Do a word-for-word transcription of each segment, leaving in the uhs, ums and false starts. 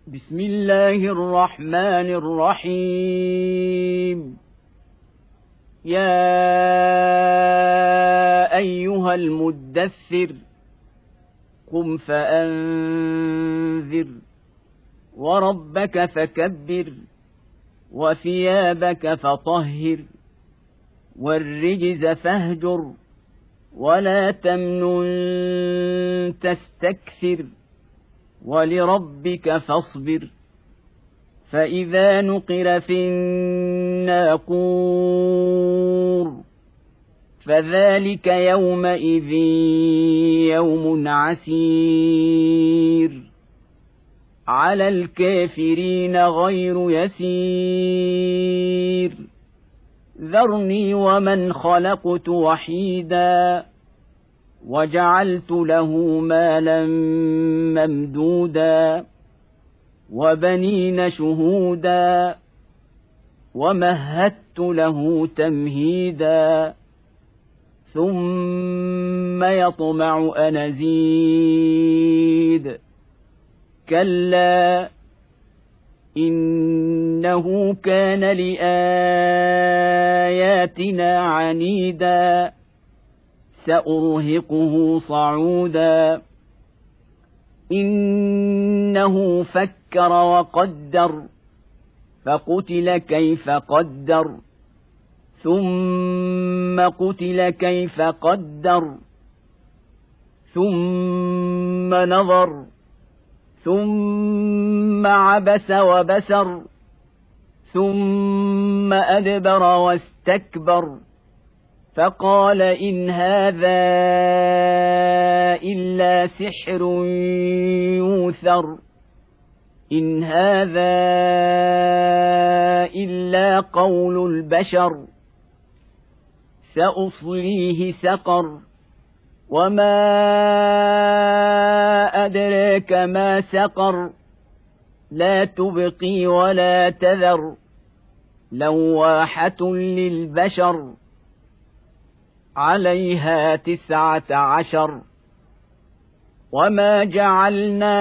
بسم الله الرحمن الرحيم. يا أيها المدثر قم فأنذر وربك فكبر وثيابك فطهر والرجز فاهجر ولا تمنن تستكثر ولربك فاصبر. فإذا نقر في الناقور فذلك يومئذ يوم عسير على الكافرين غير يسير. ذرني ومن خلقت وحيدا وجعلت له مالا ممدودا وبنين شهودا ومهدت له تمهيدا ثم يطمع أن أزيد. كلا إنه كان لآياتنا عنيدا سأرهقه صعودا. إنه فكر وقدر فقتل كيف قدر ثم قتل كيف قدر ثم نظر ثم عبس وبسر ثم أدبر واستكبر فقال إن هذا إلا سحر يوثر إن هذا إلا قول البشر سأصليه سقر وما أدراك ما سقر لا تبقي ولا تذر لواحة للبشر عليها تسعة عشر. وما جعلنا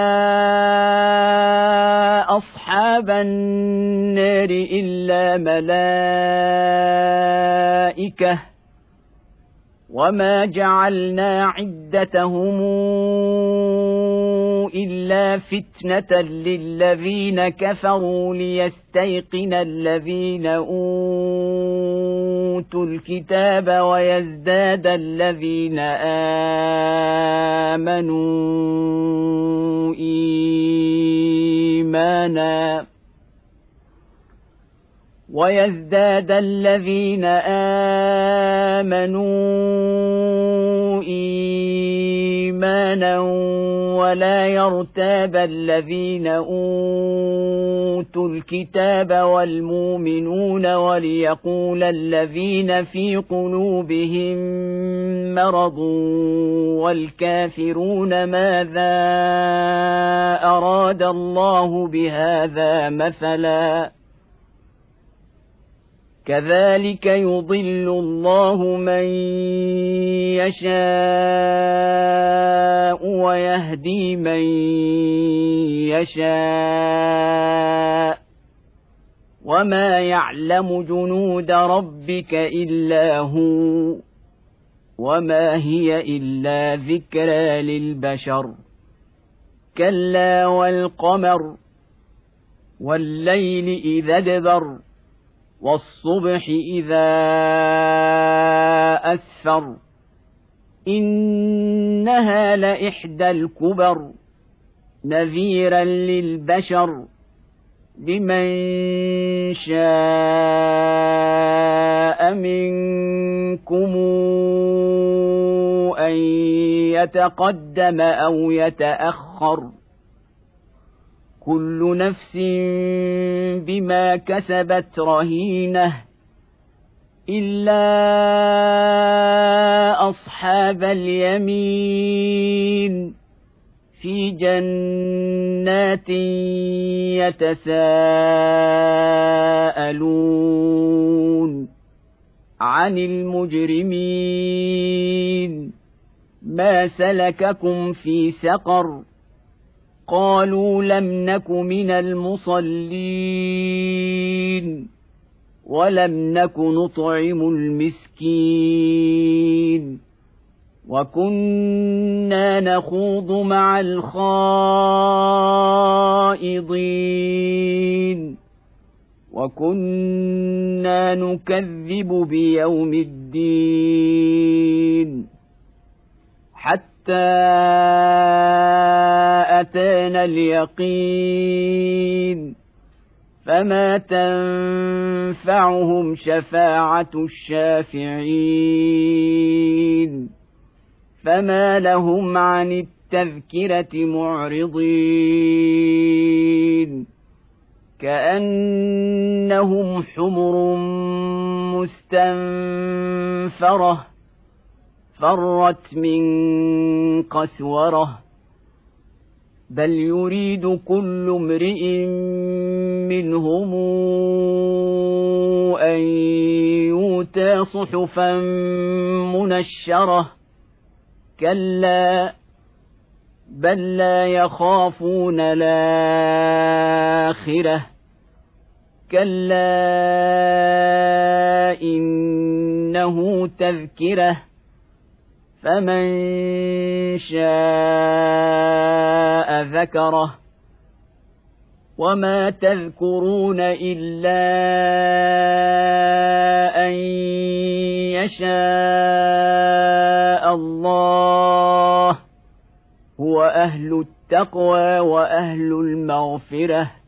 أصحاب النار إلا ملائكة وما جعلنا عدتهم إلا فتنة للذين كفروا ليستيقن الذين أوتوا الكتاب ويزداد الذين آمنوا إيمانا ويزداد الذين آمنوا إيمانا ولا يرتاب الذين أوتوا الكتاب والمؤمنون وليقول الذين في قلوبهم مرض والكافرون ماذا أراد الله بهذا مثلا كذلك يضل الله من يشاء ويهدي من يشاء وما يعلم جنود ربك إلا هو وما هي إلا ذكرى للبشر. كلا والقمر والليل إذا ادبر والصبح إذا أسفر إنها لإحدى الكبر نذيرا للبشر لمن شاء منكم أن يتقدم أو يتأخر كل نفس بما كسبت رهينة إلا أصحاب اليمين في جنات يتساءلون عن المجرمين ما سلككم في سقر قالوا لم نك من المصلين ولم نك نطعم المسكين وكنا نخوض مع الخائضين وكنا نكذب بيوم الدين حتى أتانا اليقين فما تنفعهم شفاعة الشافعين فما لهم عن التذكرة معرضين كأنهم حمر مستنفرة فرت من قسورة بل يريد كل امرئ منهم أن يؤتى صحفا منشرة كلا بل لا يخافون الآخرة كلا إنه تذكرة فمن شاء ذكره وما تذكرون إلا أن يشاء الله هو أهل التقوى وأهل المغفرة